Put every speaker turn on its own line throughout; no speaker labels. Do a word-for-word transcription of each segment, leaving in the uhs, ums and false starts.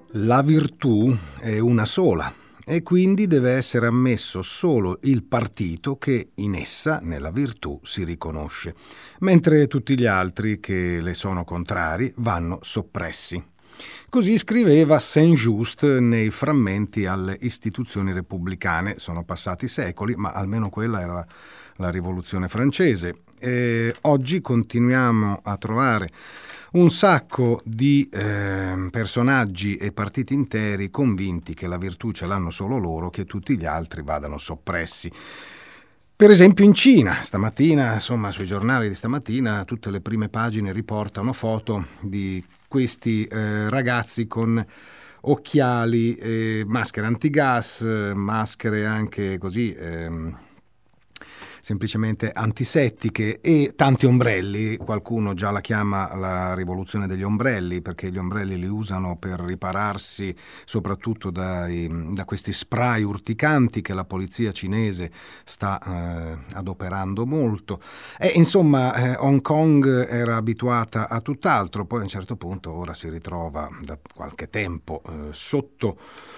La virtù è una sola e quindi deve essere ammesso solo il partito che in essa, nella virtù, si riconosce, mentre tutti gli altri che le sono contrari vanno soppressi. Così scriveva Saint-Just nei frammenti alle istituzioni repubblicane. Sono passati secoli, ma almeno quella era la rivoluzione francese. E oggi continuiamo a trovare un sacco di eh, personaggi e partiti interi convinti che la virtù ce l'hanno solo loro, che tutti gli altri vadano soppressi. Per esempio in Cina, stamattina, insomma, sui giornali di stamattina, tutte le prime pagine riportano foto di questi eh, ragazzi con occhiali, eh, maschere antigas, maschere anche così ehm, semplicemente antisettiche e tanti ombrelli. Qualcuno già la chiama la rivoluzione degli ombrelli, perché gli ombrelli li usano per ripararsi soprattutto dai, da questi spray urticanti che la polizia cinese sta eh, adoperando molto. E insomma eh, Hong Kong era abituata a tutt'altro, poi a un certo punto ora si ritrova da qualche tempo eh, sotto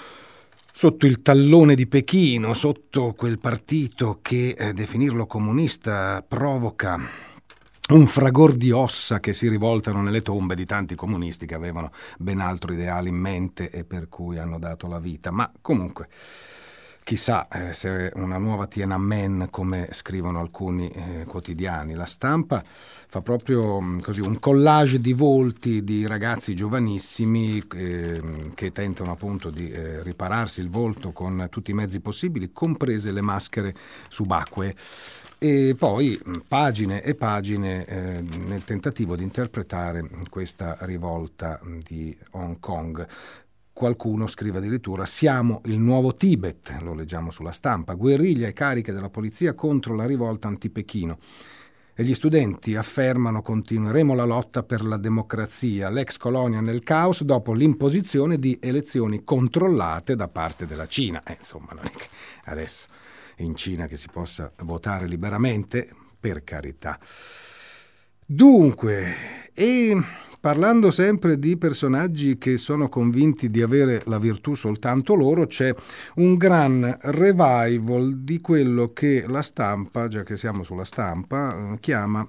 Sotto il tallone di Pechino, sotto quel partito che eh, definirlo comunista provoca un fragor di ossa che si rivoltano nelle tombe di tanti comunisti che avevano ben altro ideale in mente e per cui hanno dato la vita. Ma comunque, chissà eh, se una nuova Tiananmen, come scrivono alcuni eh, quotidiani. La Stampa fa proprio mh, così un collage di volti di ragazzi giovanissimi eh, che tentano appunto di eh, ripararsi il volto con tutti i mezzi possibili, comprese le maschere subacquee. E poi pagine e pagine eh, nel tentativo di interpretare questa rivolta di Hong Kong. Qualcuno scrive addirittura: siamo il nuovo Tibet, lo leggiamo sulla Stampa, guerriglia e cariche della polizia contro la rivolta anti-Pechino. E gli studenti affermano: continueremo la lotta per la democrazia, l'ex colonia nel caos dopo l'imposizione di elezioni controllate da parte della Cina. Eh, insomma, non è che adesso in Cina che si possa votare liberamente, per carità. Dunque, e parlando sempre di personaggi che sono convinti di avere la virtù soltanto loro, c'è un gran revival di quello che la Stampa, già che siamo sulla Stampa, chiama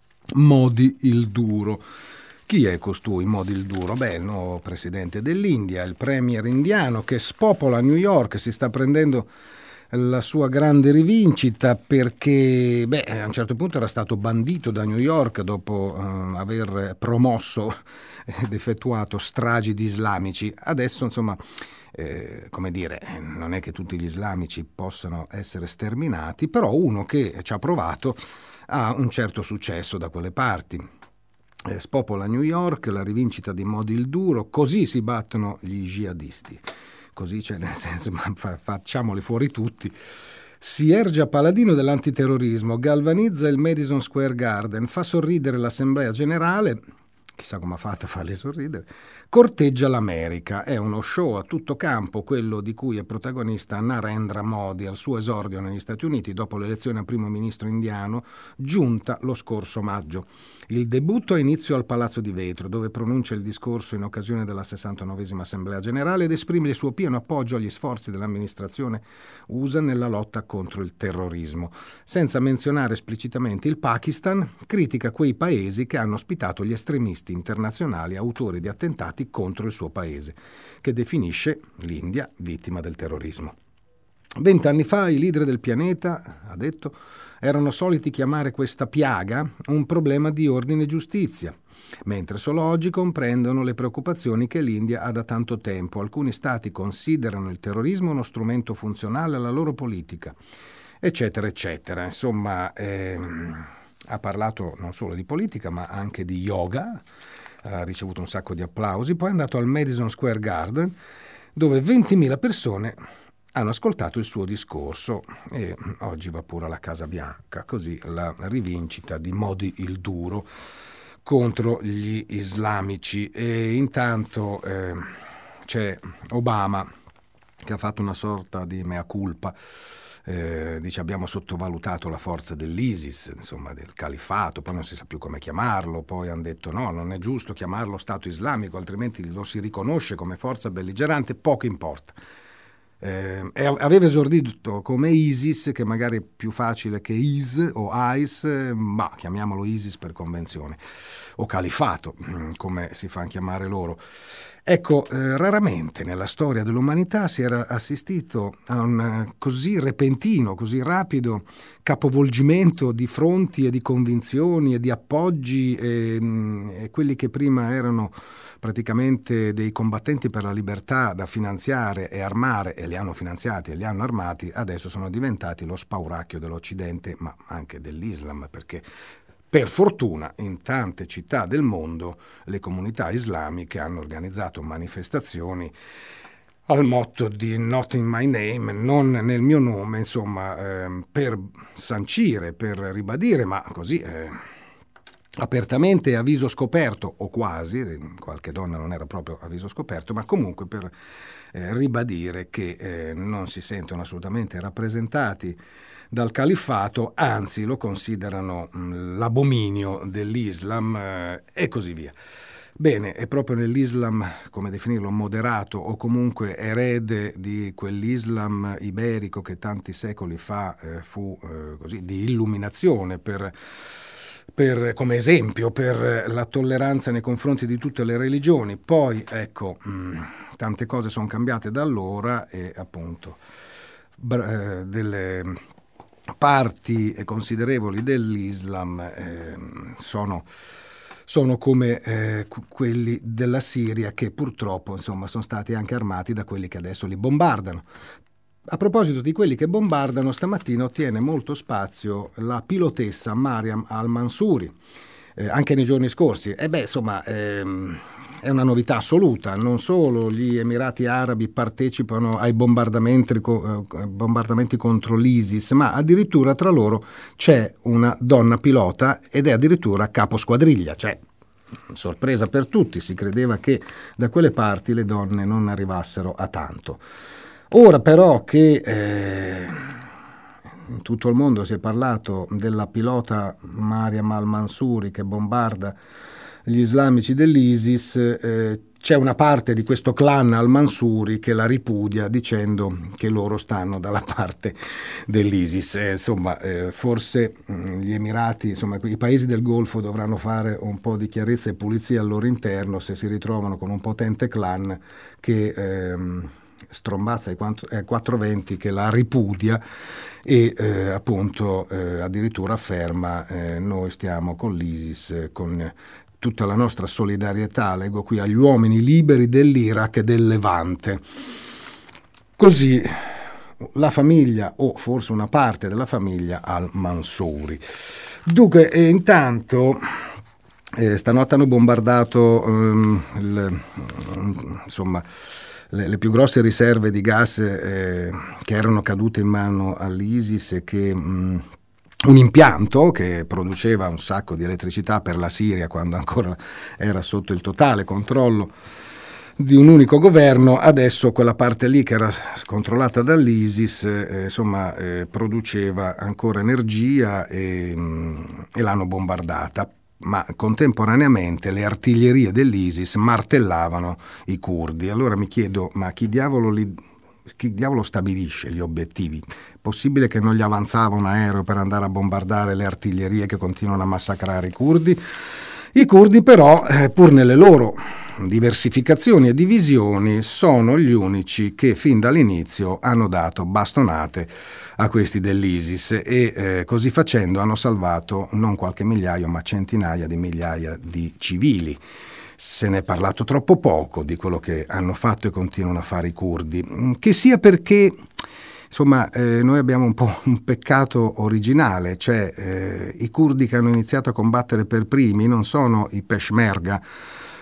Modi il Duro. Chi è costui, Modi il Duro? Beh, il nuovo presidente dell'India, il premier indiano che spopola New York, si sta prendendo la sua grande rivincita perché beh, a un certo punto era stato bandito da New York dopo eh, aver promosso ed effettuato stragi di islamici. Adesso insomma eh, come dire, non è che tutti gli islamici possano essere sterminati, però uno che ci ha provato ha un certo successo da quelle parti. Eh, spopola New York, la rivincita di Modi il Duro, così si battono gli jihadisti. Così, cioè, nel senso, ma fa, facciamoli fuori tutti. Si erge paladino dell'antiterrorismo, galvanizza il Madison Square Garden, fa sorridere l'Assemblea Generale, chissà come ha fatto a farli sorridere, corteggia l'America. È uno show a tutto campo, quello di cui è protagonista Narendra Modi al suo esordio negli Stati Uniti dopo l'elezione a primo ministro indiano giunta lo scorso maggio. Il debutto ha inizio al Palazzo di Vetro, dove pronuncia il discorso in occasione della sessantanovesima Assemblea Generale ed esprime il suo pieno appoggio agli sforzi dell'amministrazione U S A nella lotta contro il terrorismo. Senza menzionare esplicitamente il Pakistan, critica quei paesi che hanno ospitato gli estremisti internazionali autori di attentati contro il suo paese, che definisce l'India vittima del terrorismo. Vent'anni fa i leader del pianeta, ha detto, erano soliti chiamare questa piaga un problema di ordine e giustizia, mentre solo oggi comprendono le preoccupazioni che l'India ha da tanto tempo. Alcuni stati considerano il terrorismo uno strumento funzionale alla loro politica, eccetera, eccetera. Insomma, ehm, ha parlato non solo di politica, ma anche di yoga, ha ricevuto un sacco di applausi, poi è andato al Madison Square Garden, dove ventimila persone hanno ascoltato il suo discorso e oggi va pure alla Casa Bianca, così la rivincita di Modi il Duro contro gli islamici. E intanto eh, c'è Obama che ha fatto una sorta di mea culpa Eh, dice abbiamo sottovalutato la forza dell'ISIS, insomma del califfato, poi non si sa più come chiamarlo, poi hanno detto no, non è giusto chiamarlo Stato islamico, altrimenti lo si riconosce come forza belligerante, poco importa. Eh, aveva esordito come ISIS, che magari è più facile che I S o I S, ma chiamiamolo ISIS per convenzione, o califfato, come si fa a chiamare loro. Ecco, eh, raramente nella storia dell'umanità si era assistito a un così repentino, così rapido capovolgimento di fronti e di convinzioni e di appoggi e, e quelli che prima erano praticamente dei combattenti per la libertà da finanziare e armare, e li hanno finanziati e li hanno armati, adesso sono diventati lo spauracchio dell'Occidente, ma anche dell'Islam, perché per fortuna in tante città del mondo le comunità islamiche hanno organizzato manifestazioni al motto di Not in my name, non nel mio nome, insomma, eh, per sancire, per ribadire, ma così eh, apertamente a viso scoperto, o quasi, qualche donna non era proprio a viso scoperto, ma comunque per eh, ribadire che eh, non si sentono assolutamente rappresentati dal califfato, anzi lo considerano mh, l'abominio dell'Islam eh, e così via. Bene, è proprio nell'Islam, come definirlo, moderato o comunque erede di quell'Islam iberico che tanti secoli fa eh, fu eh, così di illuminazione per, per, come esempio per la tolleranza nei confronti di tutte le religioni. Poi, ecco, mh, tante cose sono cambiate da allora e appunto br- eh, delle parti considerevoli dell'Islam eh, sono sono come eh, quelli della Siria, che purtroppo insomma sono stati anche armati da quelli che adesso li bombardano. A proposito di quelli che bombardano, stamattina ottiene molto spazio la pilotessa Mariam Al-Mansouri, eh, anche nei giorni scorsi. E beh, insomma, ehm, è una novità assoluta. Non solo gli Emirati Arabi partecipano ai bombardamenti, eh, bombardamenti contro l'ISIS, ma addirittura tra loro c'è una donna pilota ed è addirittura capo squadriglia, cioè sorpresa per tutti, si credeva che da quelle parti le donne non arrivassero a tanto. Ora però che eh, in tutto il mondo si è parlato della pilota Mariam Al-Mansouri che bombarda gli islamici dell'ISIS, eh, c'è una parte di questo clan Al-Mansouri che la ripudia dicendo che loro stanno dalla parte dell'ISIS. Eh, insomma, eh, forse mh, gli Emirati, insomma, i paesi del Golfo dovranno fare un po' di chiarezza e pulizia al loro interno se si ritrovano con un potente clan che ehm, strombazza ai quattrocentoventi, che la ripudia e eh, appunto eh, addirittura afferma eh, noi stiamo con l'ISIS, eh, con tutta la nostra solidarietà, leggo qui, agli uomini liberi dell'Iraq e del Levante. Così la famiglia, o forse una parte della famiglia Al-Mansouri. Dunque, e intanto eh, stanotte hanno bombardato um, il, um, insomma le, le più grosse riserve di gas eh, che erano cadute in mano all'ISIS e che um, un impianto che produceva un sacco di elettricità per la Siria quando ancora era sotto il totale controllo di un unico governo, adesso quella parte lì che era controllata dall'ISIS eh, insomma eh, produceva ancora energia e, mh, e l'hanno bombardata, ma contemporaneamente le artiglierie dell'ISIS martellavano i curdi. Allora mi chiedo, ma chi diavolo li chi diavolo stabilisce gli obiettivi? Possibile che non gli avanzava un aereo per andare a bombardare le artiglierie che continuano a massacrare i curdi? I curdi però, eh, pur nelle loro diversificazioni e divisioni, sono gli unici che fin dall'inizio hanno dato bastonate a questi dell'ISIS e eh, così facendo hanno salvato non qualche migliaio ma centinaia di migliaia di civili. Se ne è parlato troppo poco di quello che hanno fatto e continuano a fare i curdi, che sia perché insomma eh, noi abbiamo un po' un peccato originale, cioè eh, i curdi che hanno iniziato a combattere per primi non sono i Peshmerga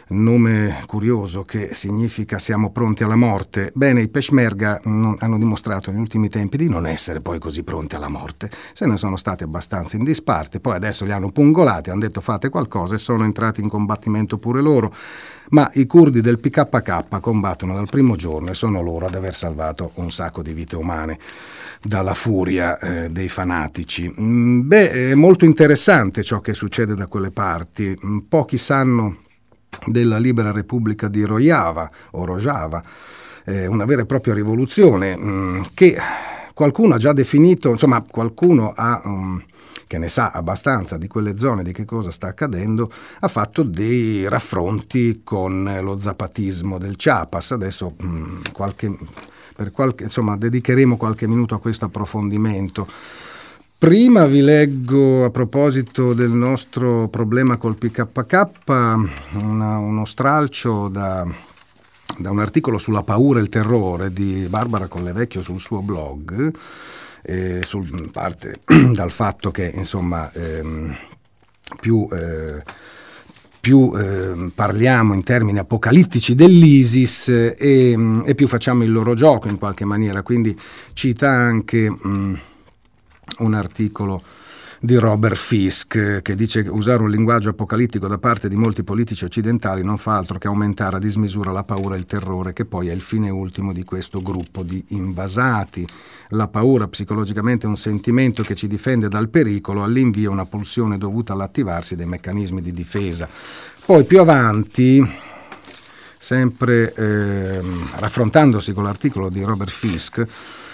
nome curioso che significa siamo pronti alla morte. Bene, i Peshmerga mh, hanno dimostrato negli ultimi tempi di non essere poi così pronti alla morte, se ne sono stati abbastanza in disparte, poi adesso li hanno pungolati, hanno detto fate qualcosa e sono entrati in combattimento pure loro, ma i curdi del P K K combattono dal primo giorno e sono loro ad aver salvato un sacco di vite umane dalla furia eh, dei fanatici. Mm, beh, è molto interessante ciò che succede da quelle parti. Mm, pochi sanno della Libera Repubblica di Rojava o Rojava, eh, una vera e propria rivoluzione mh, che qualcuno ha già definito, insomma qualcuno ha, um, che ne sa abbastanza di quelle zone, di che cosa sta accadendo, ha fatto dei raffronti con lo zapatismo del Chiapas. Adesso mh, qualche, per qualche, insomma, dedicheremo qualche minuto a questo approfondimento. Prima vi leggo, a proposito del nostro problema col P K K, una, uno stralcio da, da un articolo sulla paura e il terrore di Barbara Collevecchio sul suo blog, eh, sul, parte dal fatto che insomma ehm, più... Eh, più eh, parliamo in termini apocalittici dell'ISIS eh, e, e più facciamo il loro gioco in qualche maniera, quindi cita anche mh, un articolo di Robert Fisk che dice che usare un linguaggio apocalittico da parte di molti politici occidentali non fa altro che aumentare a dismisura la paura e il terrore, che poi è il fine ultimo di questo gruppo di invasati. La paura psicologicamente è un sentimento che ci difende dal pericolo, all'invio è una pulsione dovuta all'attivarsi dei meccanismi di difesa. Poi più avanti, sempre eh, raffrontandosi con l'articolo di Robert Fisk,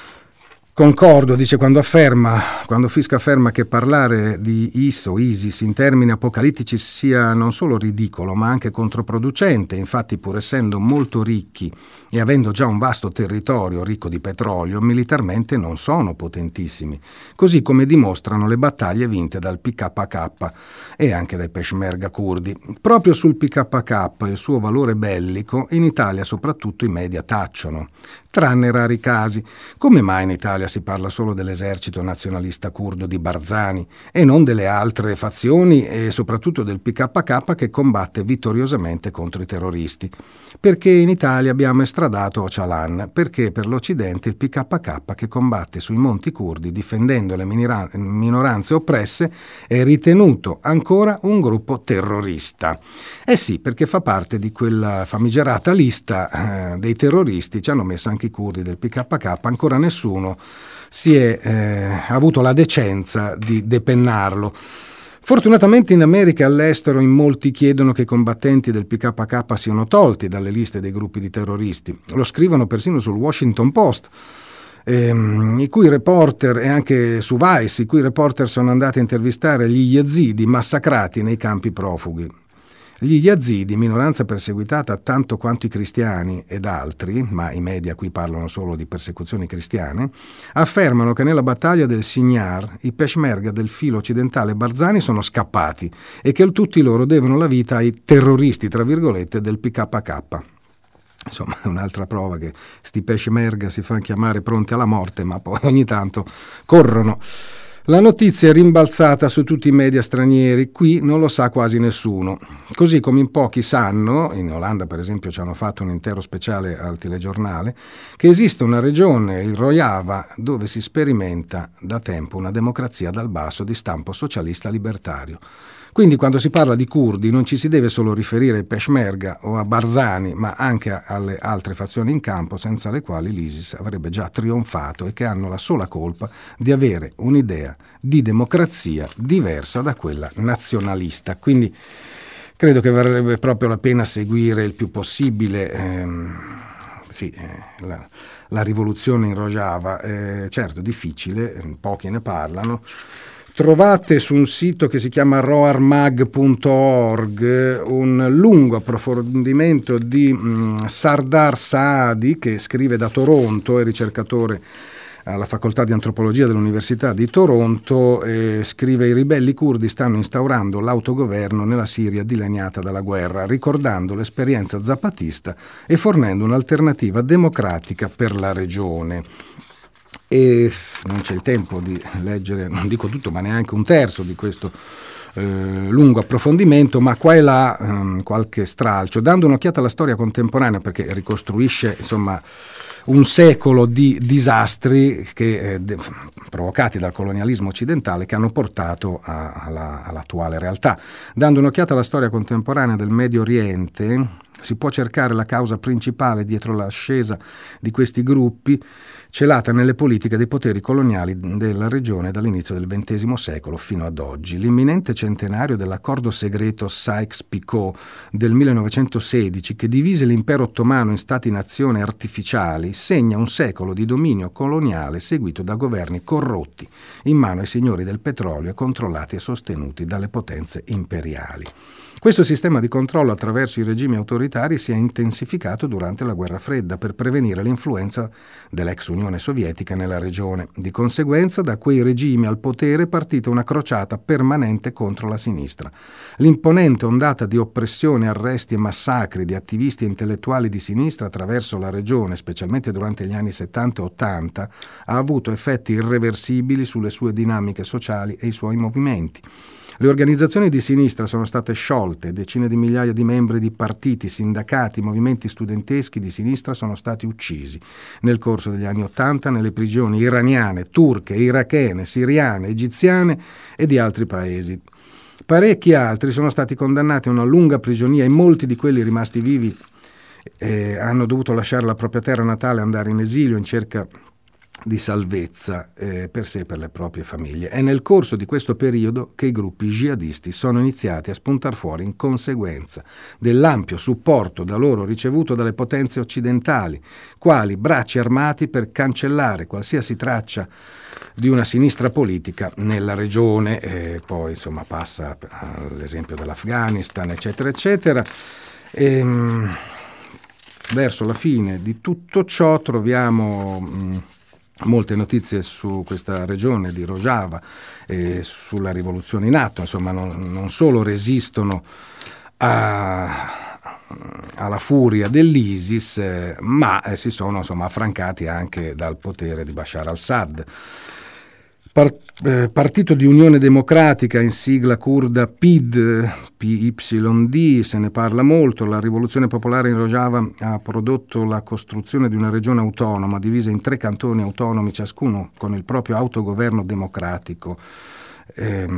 concordo, dice, quando afferma, quando Fisk afferma che parlare di I S o ISIS in termini apocalittici sia non solo ridicolo ma anche controproducente. Infatti, pur essendo molto ricchi e avendo già un vasto territorio ricco di petrolio, militarmente non sono potentissimi, così come dimostrano le battaglie vinte dal P K K e anche dai Peshmerga curdi. Proprio sul P K K e il suo valore bellico in Italia soprattutto i media tacciono, tranne rari casi. Come mai in Italia si parla solo dell'esercito nazionalista curdo di Barzani e non delle altre fazioni e soprattutto del P K K che combatte vittoriosamente contro i terroristi? Perché in Italia abbiamo estradato Öcalan, perché per l'Occidente il P K K che combatte sui monti curdi difendendo le minira- minoranze oppresse è ritenuto ancora un gruppo terrorista. Eh sì, perché fa parte di quella famigerata lista eh, dei terroristi, ci hanno messo anche i curdi del P K K, ancora nessuno si è eh, avuto la decenza di depennarlo. Fortunatamente in America e all'estero in molti chiedono che i combattenti del P K K siano tolti dalle liste dei gruppi di terroristi. Lo scrivono persino sul Washington Post, ehm, i cui reporter, e anche su Vice, i cui reporter sono andati a intervistare gli yazidi massacrati nei campi profughi. Gli yazidi, minoranza perseguitata tanto quanto i cristiani ed altri, ma i media qui parlano solo di persecuzioni cristiane, affermano che nella battaglia del Sinjar i Peshmerga del filo occidentale Barzani sono scappati e che tutti loro devono la vita ai terroristi, tra virgolette, del P K K. Insomma, è un'altra prova che sti Peshmerga si fanno chiamare pronti alla morte, ma poi ogni tanto corrono. La notizia è rimbalzata su tutti i media stranieri, qui non lo sa quasi nessuno. Così come in pochi sanno, in Olanda per esempio ci hanno fatto un intero speciale al telegiornale, che esiste una regione, il Rojava, dove si sperimenta da tempo una democrazia dal basso di stampo socialista libertario. Quindi quando si parla di curdi non ci si deve solo riferire ai Peshmerga o a Barzani, ma anche alle altre fazioni in campo senza le quali l'ISIS avrebbe già trionfato e che hanno la sola colpa di avere un'idea di democrazia diversa da quella nazionalista. Quindi credo che varrebbe proprio la pena seguire il più possibile ehm, sì, eh, la, la rivoluzione in Rojava. Eh, certo, difficile, pochi ne parlano. Trovate su un sito che si chiama roarmag punto org un lungo approfondimento di mh, Sardar Saadi, che scrive da Toronto, è ricercatore alla facoltà di antropologia dell'Università di Toronto, e scrive: i ribelli curdi stanno instaurando l'autogoverno nella Siria dilaniata dalla guerra, ricordando l'esperienza zapatista e fornendo un'alternativa democratica per la regione. E non c'è il tempo di leggere, non dico tutto, ma neanche un terzo di questo eh, lungo approfondimento, ma qua e là um, qualche stralcio, dando un'occhiata alla storia contemporanea, perché ricostruisce insomma un secolo di disastri che, eh, de, provocati dal colonialismo occidentale, che hanno portato a, alla, all'attuale realtà. Dando un'occhiata alla storia contemporanea del Medio Oriente, si può cercare la causa principale dietro l'ascesa di questi gruppi, celata nelle politiche dei poteri coloniali della regione dall'inizio del ventesimo secolo fino ad oggi. L'imminente centenario dell'accordo segreto Sykes-Picot del millenovecentosedici, che divise l'impero ottomano in stati-nazione artificiali, segna un secolo di dominio coloniale seguito da governi corrotti in mano ai signori del petrolio e controllati e sostenuti dalle potenze imperiali. Questo sistema di controllo attraverso i regimi autoritari si è intensificato durante la Guerra Fredda per prevenire l'influenza dell'ex Unione Sovietica nella regione. Di conseguenza, da quei regimi al potere è partita una crociata permanente contro la sinistra. L'imponente ondata di oppressione, arresti e massacri di attivisti e intellettuali di sinistra attraverso la regione, specialmente durante gli anni settanta e ottanta, ha avuto effetti irreversibili sulle sue dinamiche sociali e i suoi movimenti. Le organizzazioni di sinistra sono state sciolte, decine di migliaia di membri di partiti, sindacati, movimenti studenteschi di sinistra sono stati uccisi nel corso degli anni Ottanta nelle prigioni iraniane, turche, irachene, siriane, egiziane e di altri paesi. Parecchi altri sono stati condannati a una lunga prigionia e molti di quelli rimasti vivi eh, hanno dovuto lasciare la propria terra natale e andare in esilio in cerca di salvezza eh, per sé e per le proprie famiglie. È nel corso di questo periodo che i gruppi jihadisti sono iniziati a spuntar fuori in conseguenza dell'ampio supporto da loro ricevuto dalle potenze occidentali, quali bracci armati per cancellare qualsiasi traccia di una sinistra politica nella regione. E poi insomma passa all'esempio dell'Afghanistan, eccetera, eccetera. E, mh, verso la fine di tutto ciò troviamo mh, molte notizie su questa regione di Rojava e sulla rivoluzione in atto. Insomma, non, non solo resistono a, alla furia dell'ISIS, eh, ma eh, si sono insomma affrancati anche dal potere di Bashar al-Assad. Par- eh, Partito di Unione Democratica, in sigla curda P I D, P Y D, se ne parla molto. La rivoluzione popolare in Rojava ha prodotto la costruzione di una regione autonoma divisa in tre cantoni autonomi, ciascuno con il proprio autogoverno democratico. Eh,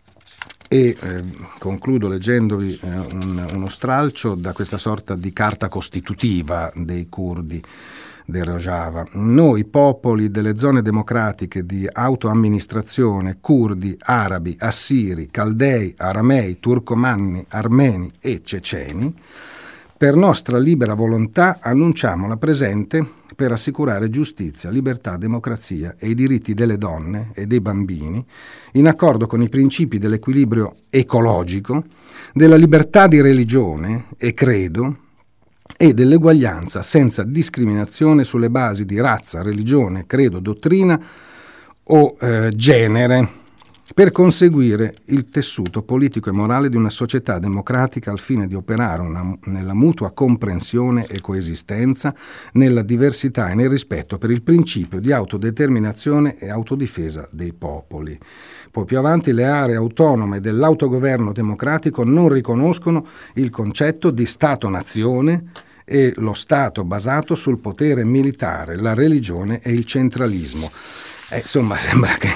e eh, concludo leggendovi eh, un, uno stralcio da questa sorta di carta costitutiva dei curdi del Rojava. Noi, popoli delle zone democratiche di autoamministrazione, curdi, arabi, assiri, caldei, aramei, turcomanni, armeni e ceceni, per nostra libera volontà annunciamo la presente per assicurare giustizia, libertà, democrazia e i diritti delle donne e dei bambini, in accordo con i principi dell'equilibrio ecologico, della libertà di religione e credo, e dell'eguaglianza senza discriminazione sulle basi di razza, religione, credo, dottrina o eh, genere, per conseguire il tessuto politico e morale di una società democratica al fine di operare una, nella mutua comprensione e coesistenza, nella diversità e nel rispetto per il principio di autodeterminazione e autodifesa dei popoli. Poi più avanti le aree autonome dell'autogoverno democratico non riconoscono il concetto di Stato-nazione e lo Stato basato sul potere militare, la religione e il centralismo. Eh, insomma, sembra che,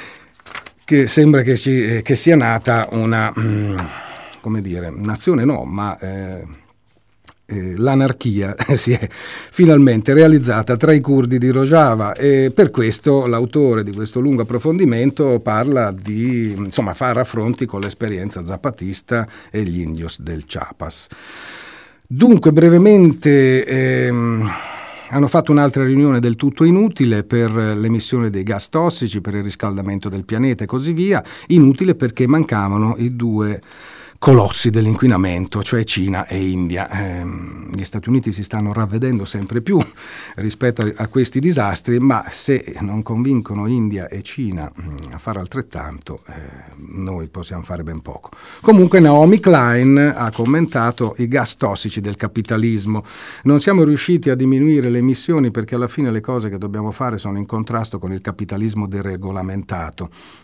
che, sembra che, ci, che sia nata una, mm, come dire, nazione no, ma... Eh, Eh, l'anarchia si è finalmente realizzata tra i curdi di Rojava, e per questo l'autore di questo lungo approfondimento parla di, insomma, fa raffronti con l'esperienza zapatista e gli indios del Chiapas. Dunque, brevemente, ehm, hanno fatto un'altra riunione del tutto inutile per l'emissione dei gas tossici, per il riscaldamento del pianeta e così via, inutile perché mancavano i due colossi dell'inquinamento, cioè Cina e India. Eh, gli Stati Uniti si stanno ravvedendo sempre più rispetto a, a questi disastri, ma se non convincono India e Cina mh, a fare altrettanto, eh, noi possiamo fare ben poco. Comunque Naomi Klein ha commentato i gas tossici del capitalismo. Non siamo riusciti a diminuire le emissioni perché alla fine le cose che dobbiamo fare sono in contrasto con il capitalismo deregolamentato.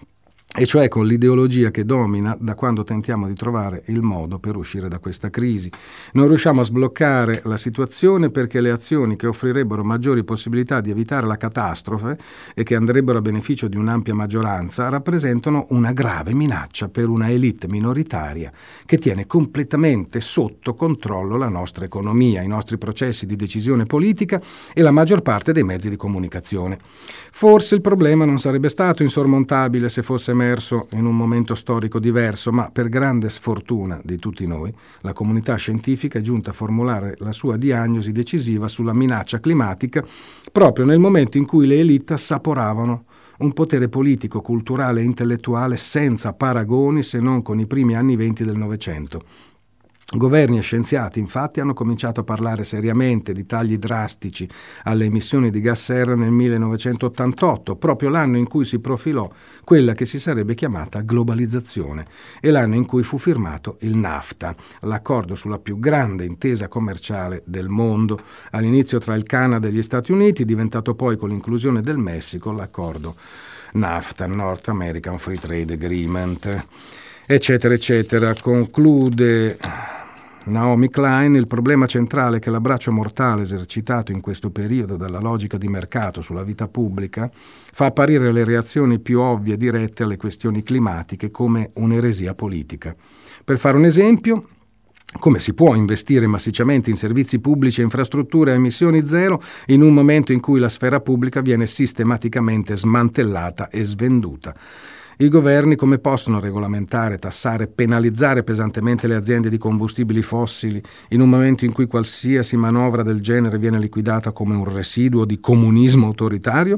e cioè con l'ideologia che domina da quando tentiamo di trovare il modo per uscire da questa crisi. Non riusciamo a sbloccare la situazione perché le azioni che offrirebbero maggiori possibilità di evitare la catastrofe e che andrebbero a beneficio di un'ampia maggioranza rappresentano una grave minaccia per una elite minoritaria che tiene completamente sotto controllo la nostra economia, i nostri processi di decisione politica e la maggior parte dei mezzi di comunicazione. Forse il problema non sarebbe stato insormontabile se fosse emerso in un momento storico diverso, ma per grande sfortuna di tutti noi, la comunità scientifica è giunta a formulare la sua diagnosi decisiva sulla minaccia climatica proprio nel momento in cui le elite assaporavano un potere politico, culturale e intellettuale senza paragoni se non con i primi anni venti del Novecento. Governi e scienziati, infatti, hanno cominciato a parlare seriamente di tagli drastici alle emissioni di gas serra nel millenovecentottantotto, proprio l'anno in cui si profilò quella che si sarebbe chiamata globalizzazione e l'anno in cui fu firmato il NAFTA, l'accordo sulla più grande intesa commerciale del mondo, all'inizio tra il Canada e gli Stati Uniti, diventato poi con l'inclusione del Messico l'accordo NAFTA, North American Free Trade Agreement, eccetera, eccetera. Conclude Naomi Klein: il problema centrale è che l'abbraccio mortale esercitato in questo periodo dalla logica di mercato sulla vita pubblica fa apparire le reazioni più ovvie e dirette alle questioni climatiche come un'eresia politica. Per fare un esempio, come si può investire massicciamente in servizi pubblici e infrastrutture a emissioni zero in un momento in cui la sfera pubblica viene sistematicamente smantellata e svenduta? I governi come possono regolamentare, tassare, penalizzare pesantemente le aziende di combustibili fossili in un momento in cui qualsiasi manovra del genere viene liquidata come un residuo di comunismo autoritario?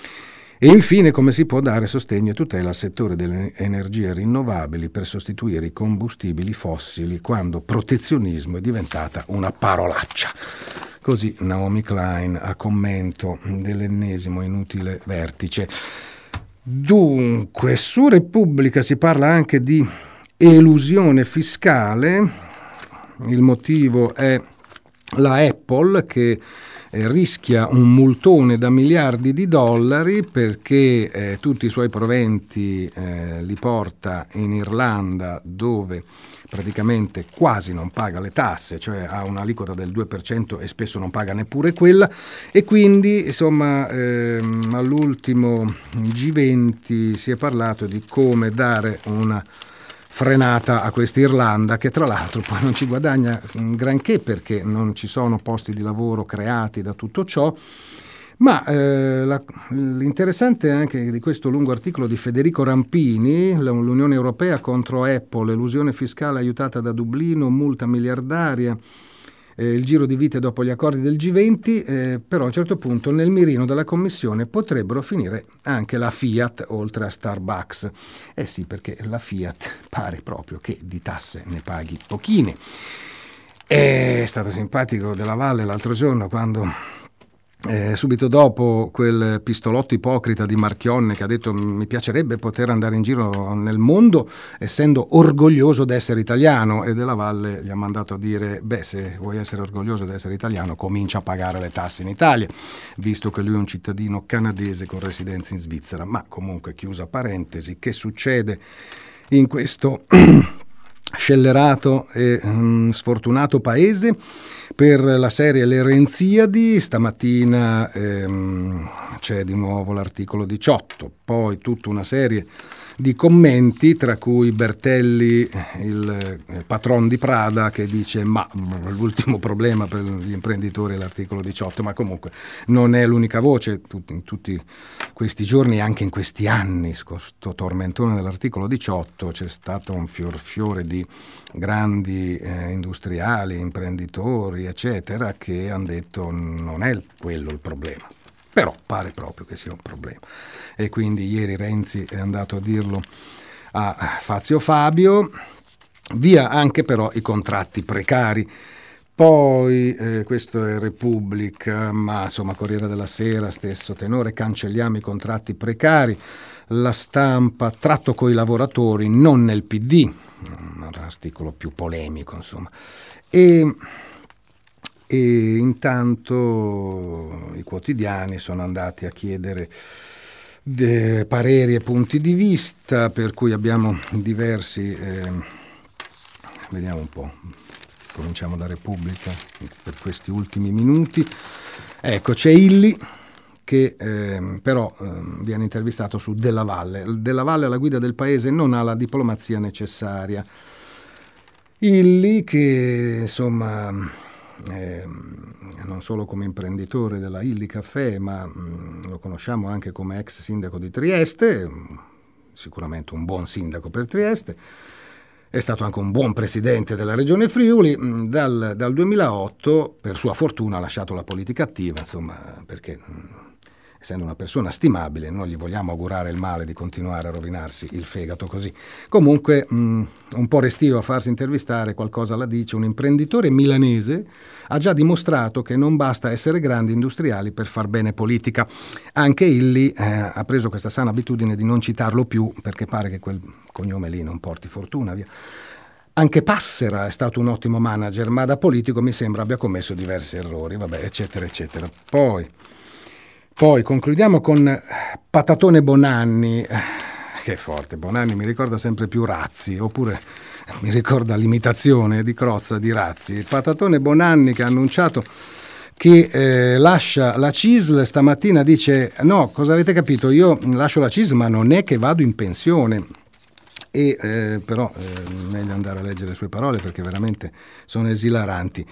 E infine, come si può dare sostegno e tutela al settore delle energie rinnovabili per sostituire i combustibili fossili quando protezionismo è diventata una parolaccia? Così Naomi Klein a commento dell'ennesimo inutile vertice. Dunque, su Repubblica si parla anche di elusione fiscale. Il motivo è la Apple che eh, rischia un multone da miliardi di dollari perché eh, tutti i suoi proventi eh, li porta in Irlanda, dove praticamente quasi non paga le tasse, cioè ha un'aliquota del due per cento e spesso non paga neppure quella, e quindi insomma ehm, all'ultimo G venti si è parlato di come dare una frenata a questa Irlanda, che tra l'altro poi non ci guadagna un granché perché non ci sono posti di lavoro creati da tutto ciò. Ma eh, la, l'interessante è anche di questo lungo articolo di Federico Rampini, l'Unione Europea contro Apple, elusione fiscale aiutata da Dublino, multa miliardaria, eh, il giro di vite dopo gli accordi del G venti, eh, però a un certo punto nel mirino della Commissione potrebbero finire anche la Fiat oltre a Starbucks. Eh sì, perché la Fiat pare proprio che di tasse ne paghi pochine. È stato simpatico Della Valle l'altro giorno quando... Eh, subito dopo quel pistolotto ipocrita di Marchionne che ha detto mi piacerebbe poter andare in giro nel mondo essendo orgoglioso d'essere italiano, e Della Valle gli ha mandato a dire beh, se vuoi essere orgoglioso d'essere italiano comincia a pagare le tasse in Italia, visto che lui è un cittadino canadese con residenza in Svizzera. Ma comunque, chiusa parentesi, che succede in questo scellerato e um, sfortunato paese? Per la serie Le Renziadi stamattina ehm, c'è di nuovo l'articolo diciotto, poi tutta una serie di commenti, tra cui Bertelli, il eh, patron di Prada, che dice ma l'ultimo problema per gli imprenditori è l'articolo diciotto, ma comunque non è l'unica voce. Tut- in tutti questi giorni e anche in questi anni, con questo tormentone dell'articolo diciotto, c'è stato un fior fiore di grandi eh, industriali, imprenditori, eccetera, che hanno detto non è quello il problema. Però pare proprio che sia un problema. E quindi ieri Renzi è andato a dirlo a Fazio Fabio, via anche però i contratti precari. Poi, eh, questo è Repubblica, ma insomma Corriere della Sera, stesso tenore, cancelliamo i contratti precari. La Stampa, tratto coi lavoratori, non nel P D, un articolo più polemico, insomma. E... E intanto i quotidiani sono andati a chiedere de, pareri e punti di vista, per cui abbiamo diversi, eh, vediamo un po', cominciamo da Repubblica per questi ultimi minuti. Ecco, c'è Illy che eh, però eh, viene intervistato su Della Valle. Della Valle alla guida del paese non ha la diplomazia necessaria. Illy che insomma eh, non solo come imprenditore della Illy Caffè, ma mh, lo conosciamo anche come ex sindaco di Trieste, sicuramente un buon sindaco per Trieste. È stato anche un buon presidente della regione Friuli. Dal, dal duemilaotto, per sua fortuna, ha lasciato la politica attiva, insomma, perché essendo una persona stimabile non gli vogliamo augurare il male di continuare a rovinarsi il fegato così. Comunque mh, un po' restio a farsi intervistare, qualcosa la dice. Un imprenditore milanese ha già dimostrato che non basta essere grandi industriali per far bene politica. Anche Illy eh, ha preso questa sana abitudine di non citarlo più, perché pare che quel cognome lì non porti fortuna, via. Anche Passera è stato un ottimo manager, ma da politico mi sembra abbia commesso diversi errori, vabbè, eccetera, eccetera. Poi, poi concludiamo con Patatone Bonanni, che forte, Bonanni mi ricorda sempre più Razzi, oppure mi ricorda l'imitazione di Crozza di Razzi. Patatone Bonanni che ha annunciato che eh, lascia la C I S L, stamattina dice no, cosa avete capito, io lascio la C I S L ma non è che vado in pensione. E eh, però è eh, meglio andare a leggere le sue parole perché veramente sono esilaranti.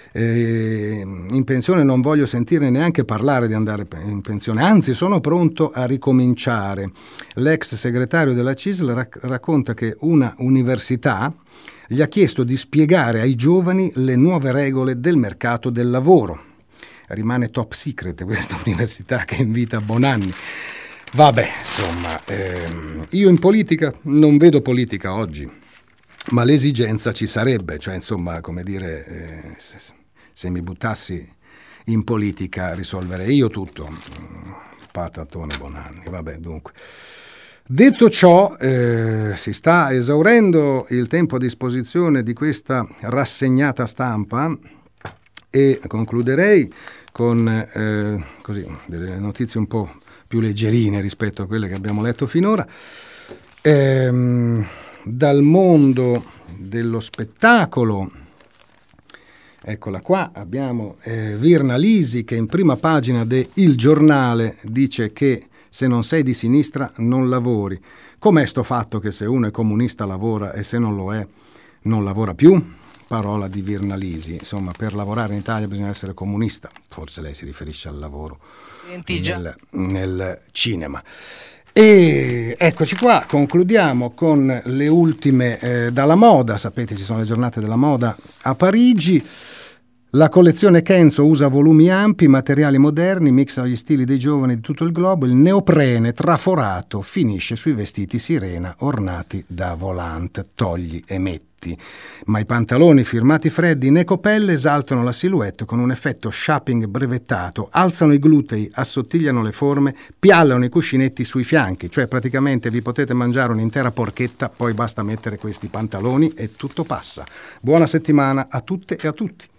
Eh, in pensione non voglio sentire neanche parlare di andare in pensione, anzi sono pronto a ricominciare. L'ex segretario della C I S L rac- racconta che una università gli ha chiesto di spiegare ai giovani le nuove regole del mercato del lavoro. Rimane top secret questa università che invita Bonanni. Vabbè, insomma, ehm, io in politica non vedo politica oggi, ma l'esigenza ci sarebbe, cioè insomma, come dire, eh, se, se mi buttassi in politica risolverei io tutto. Patatone Bonanni, vabbè, dunque. Detto ciò, eh, si sta esaurendo il tempo a disposizione di questa rassegnata stampa e concluderei con eh, così, delle notizie un po' più leggerine rispetto a quelle che abbiamo letto finora. Ehm, dal mondo dello spettacolo, eccola qua, abbiamo eh, Virna Lisi che in prima pagina de Il Giornale dice che se non sei di sinistra non lavori. Com'è sto fatto che se uno è comunista lavora e se non lo è non lavora più? Parola di Virna Lisi. Insomma, per lavorare in Italia bisogna essere comunista. Forse lei si riferisce al lavoro nel, nel cinema. E eccoci qua, concludiamo con le ultime eh, dalla moda. Sapete, ci sono le giornate della moda a Parigi. La collezione Kenzo usa volumi ampi, materiali moderni, mixa gli stili dei giovani di tutto il globo. Il neoprene traforato finisce sui vestiti sirena ornati da volant, togli e metti. Ma i pantaloni firmati freddi in ecopelle esaltano la silhouette con un effetto shopping brevettato, alzano i glutei, assottigliano le forme, piallano i cuscinetti sui fianchi, cioè praticamente vi potete mangiare un'intera porchetta, poi basta mettere questi pantaloni e tutto passa. Buona settimana a tutte e a tutti.